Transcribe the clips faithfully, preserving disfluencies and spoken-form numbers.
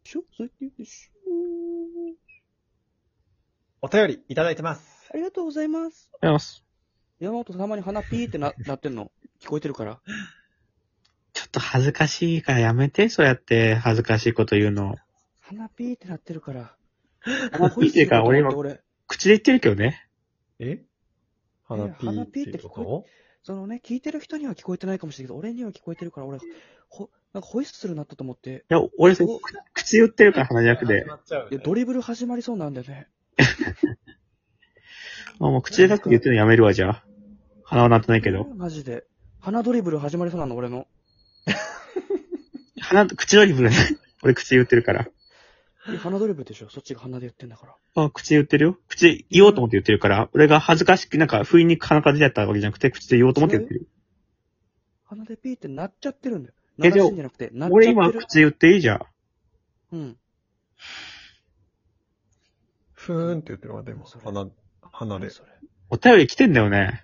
書籍でしょ。 お便りいただいてます。 ありがとうございます。 ありがとうございます。 山本たまに鼻ピーってな、なってんの聞こえてるから。 ちょっと恥ずかしいからやめて、そうやって恥ずかしいこと言うの。 鼻ピーってなってるから。 鼻ピーっていうか、俺今、 俺口で言ってるけどね。 え鼻ピーっていうことそのね、聞いてる人には聞こえてないかもしれないけど、俺には聞こえてるから、俺、ほ、なんかホイッスルになったと思って。 いや、俺それ、口言ってるから鼻じゃなくて。 始まっちゃうねいや、ドリブル始まりそうなんだよね。 あ、もう口でさっき言ってるのやめるわ、じゃあ。鼻は鳴ってないけど。 マジで。鼻ドリブル始まりそうなの、俺の。 鼻、口ドリブルね。俺口言ってるから。 いや鼻ドリブルでしょ、そっちが鼻で言ってんだから。 あ、口言ってるよ。口言おうと思って言ってるから、俺が恥ずかしく、なんか、不意に鼻から出ちゃったわけじゃなくて、口で言おうと思って言ってる。 鼻でピーってなっちゃってるんだよ。 え、じゃあ鳴らすんじゃなくて、なっちゃってる。 俺今口言っていいじゃん。 うん。 ふーんって言ってるわ、でも。鼻、鼻で。 それ。 お便り来てんだよね。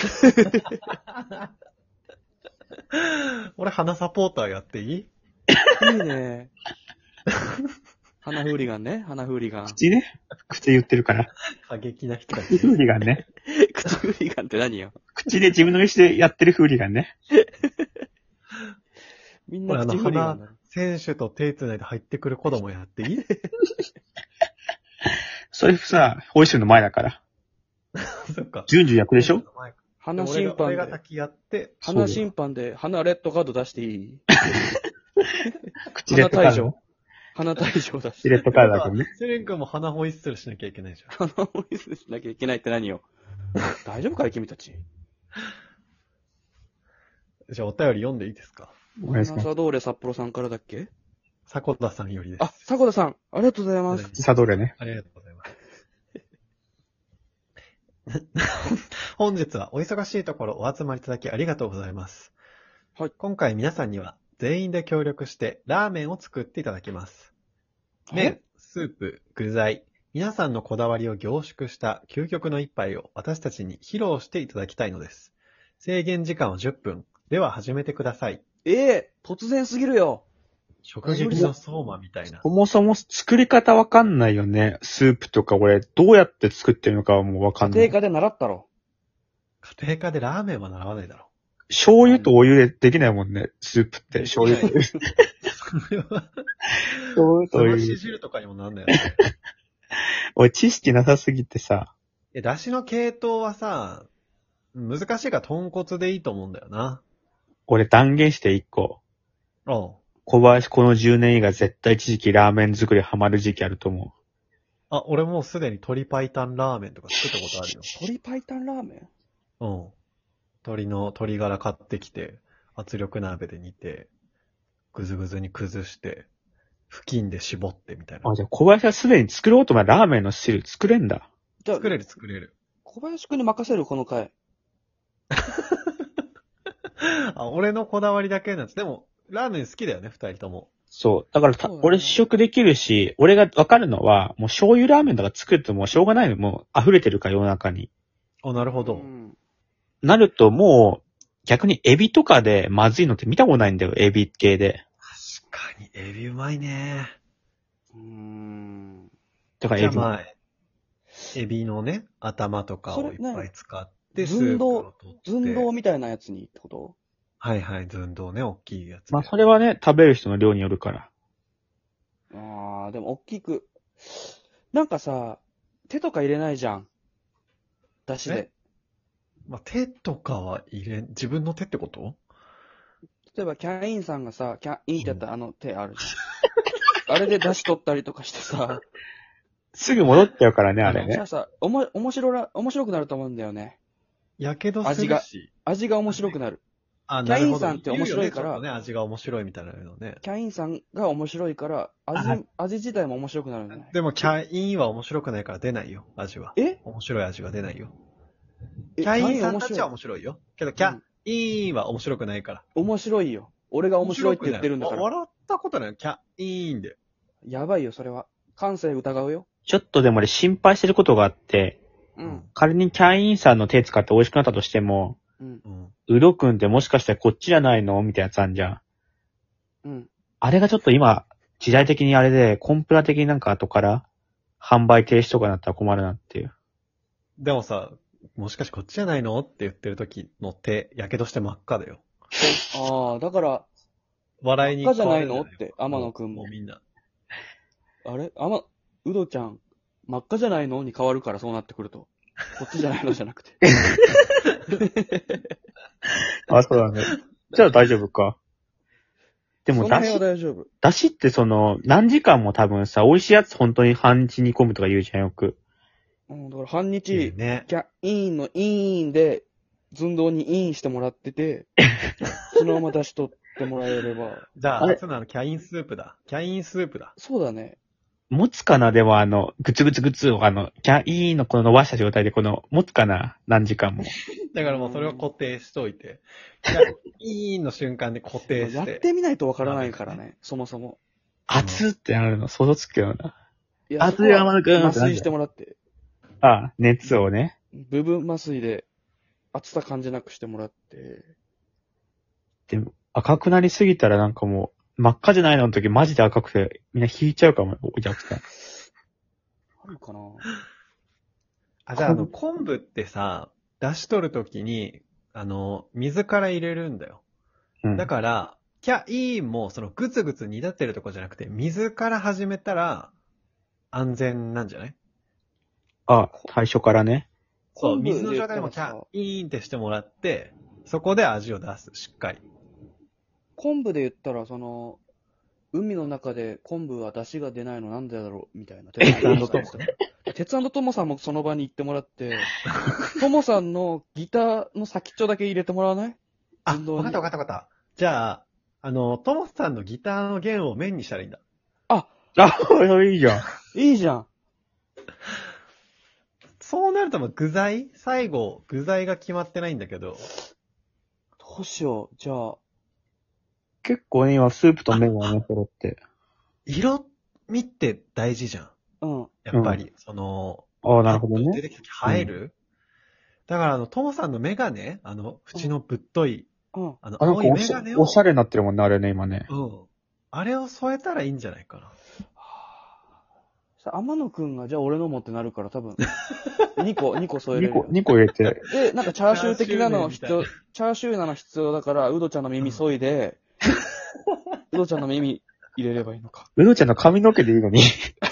俺鼻サポーターやっていいいいね。鼻フーリガンね。鼻フーリガン。 口ね。口言ってるから。 過激な人たち。 口フーリガンね。 口フーリガンって何よ。 口で自分の意思でやってるフーリガンね。 みんな口フーリガンだ。 選手と手つないで入ってくる子供やっていいそれさ、ホイッスルの前だから。 そっか。 順々役でしょ鼻審判俺がで。 先やって、 鼻審判で、鼻レッドカード出していい口レッドカード。 鼻退場だし。 口レッドカードだけどね。 セレン君も鼻ホイッスルしなきゃいけないじゃん。 鼻ホイッスルしなきゃいけないって何よ。大丈夫かい君たち。 じゃあお便り読んでいいですか？ お願いします。 サドーレ札幌さんからだっけ？ 迫田さんよりです。 あ、迫田さん、ありがとうございます。 サドーレね。 ありがとうございます。本日はお忙しいところお集まりいただきありがとうございます。 はい。 今回皆さんには全員で協力してラーメンを作っていただきます。麺、スープ、具材、皆さんのこだわりを凝縮した究極の一杯を私たちに披露していただきたいのです。制限時間はじゅっぷん。では始めてください。 ええー、突然すぎるよ。 食撃の相馬みたいな。 そもそも作り方わかんないよね。スープとか俺、どうやって作ってるのかはもうわかんない。 家庭科で習ったろ。 家庭科でラーメンは習わないだろ。 醤油とお湯でできないもんね。スープって。醤油とお湯。 それは、 醤油とおそのし湯。 汁とかにもなんだよね。 俺知識なさすぎてさ。 え、出汁の系統はさ、難しいから豚骨でいいと思うんだよな。 俺断言して一個。 おう。 小林このじゅうねん以外絶対一時期ラーメン作りハマる時期あると思あ、俺もうすでに鶏白湯ラーメンとか作ったことあるよ。 鶏白湯ラーメン？ うん。鶏の、鶏ガラ買ってきて、圧力鍋で煮て、ぐずぐずに崩して。布巾で絞ってみたいな。 う。あ、じゃあ小林はすでに作ろうと思えばラーメンの汁作れんだ。 じゃあ、 作れる作れる。 小林くんに任せる、この回。 あ、俺のこだわりだけなんです。でも、ラーメン好きだよね、二人とも。 そう。だからた、 そうだね俺試食できるし、俺がわかるのは、もう醤油ラーメンとか作ってもしょうがないの。もう溢れてるから世の中に。 あ、なるほど。 うんなるともう、逆にエビとかでまずいのって見たことないんだよ、エビ系で。 確かに、エビうまいね。 うーん。 だからエビ。 じゃあまあ、エビのね、頭とかをいっぱい使って、スープを取って。 寸胴みたいなやつにってこと？ はいはい、寸胴ね、大きいやつ。 まあそれはね、食べる人の量によるから。 ああ、でも大きく。なんかさ、手とか入れないじゃん。だしで。 まあ、手とかは入れん、自分の手ってこと？ 例えば、キャインさんがさ、キャインってやったらあの手あるじゃん。あれで出し取ったりとかしてさ。 すぐ戻っちゃうからね、あれねじゃあ。さ、おも、面白ら、面白くなると思うんだよね。 やけどするし。 味が面白くなる。 あ、 キャインさんって面白いから言うよね、ちょっとね、味が面白いみたいなのね。 キャインさんが面白いから、味、味自体も面白くなるんじゃない？ でも、キャインは面白くないから出ないよ、味は。 え面白い味は出ないよ。 えキャインさんたちはキャイン面白い面白いよ。けど、キャインは面白くないから。 面白いよ。俺が面白いって言ってるんだから。 あ笑ったことないよ、キャインで。 やばいよ、それは。感性疑うよ。 ちょっとでも俺心配してることがあって、 うん。 仮にキャインさんの手使って美味しくなったとしても、 うん。 うん。 ウドくんってもしかしたらこっちじゃないのみたいなやつあんじゃん。 うん。 あれがちょっと今、 時代的にあれで、コンプラ的になんか後から販売停止とかになったら困るなっていう。 でもさ、もしかしてこっちじゃないのって言ってる時の手、やけどして真っ赤だよ。 ああ、だから、 笑いに真っ赤じゃないの変わるんじゃって天野くんももうみんな。 あれあま、うどちゃん、真っ赤じゃないのに変わるからそうなってくると。こっちじゃないのじゃなくて。 あ、そうだね。じゃあ大丈夫か。でも、 その辺はだし、 大丈夫。 だしってその、何時間も多分さ、美味しいやつ本当に半日煮込むとか言うじゃん、よく。 うん、だから半いい日、 ね。 キャイーンのイーンで、寸胴にイーンしてもらってて、そのまま出し取ってもらえれば。 じゃあ、 あれ初のあの、キャインスープだ。キャインスープだ。 そうだね。 持つかなでもあの、ぐつぐつぐつをあの、キャイーンのこの伸ばした状態でこの、持つかな何時間も。 だからもうそれを固定しといて。キャインの瞬間で固定して。 やってみないとわからないからね、そもそも。 熱ってなるの想像つくけどな。 いや熱い天野くん麻酔してもらって、 ああ、熱をね。 部分麻酔で、熱さ感じなくしてもらって。 でも、赤くなりすぎたらなんかもう、真っ赤じゃないのの時マジで赤くて、みんな引いちゃうかも、お客さん。 あるかなあ、じゃあ、あの、昆布ってさ、出し取るときに、あの、水から入れるんだよ。 うん。 だから、キャインも、その、ぐつぐつ煮立ってるとこじゃなくて、水から始めたら、安全なんじゃない？ あ、最初からね。 そう、 昆布水の状態でもキャインってしてもらって、そこで味を出す、しっかり。 昆布で言ったら、その、海の中で昆布は出汁が出ないのなんでだろうみたいな。鉄腕トモさん。鉄トモさんもその場に行ってもらって、トモさんのギターの先っちょだけ入れてもらわない？ あ、 運動にわかったわかったわかった。じゃあ、あの、トモさんのギターの弦を面にしたらいいんだ。 あ、いいじゃん。 いいじゃん。 そうなると、まあ具材最後、具材が決まってないんだけど。 どうしよう。じゃあ、 結構ね、今スープと麺がね、揃って。 色味って大事じゃん。 うん。 やっぱり、その、 ああ、なるほど出ね。 てきた時映える、だから、あの、トモさんのメガネ、あの、縁のぶっとい、 うん。 あの、 あ、なん青いかおしゃメガネを、 おしゃれになってるもんね、あれね、今ね。 うん。あれを添えたらいいんじゃないかな。 さ、天野くんが、じゃあ俺のもってなるから多分、にこ、にこ添えれ 2 るよ個、。にこ入れて。 で、なんかチャーシュー的なの必要チャーシュー麺みたい、 チャーシューなの必要だから、うどちゃんの耳削いで、うどちゃんの耳入れればいいのか。 うどちゃんの髪の毛でいいのに。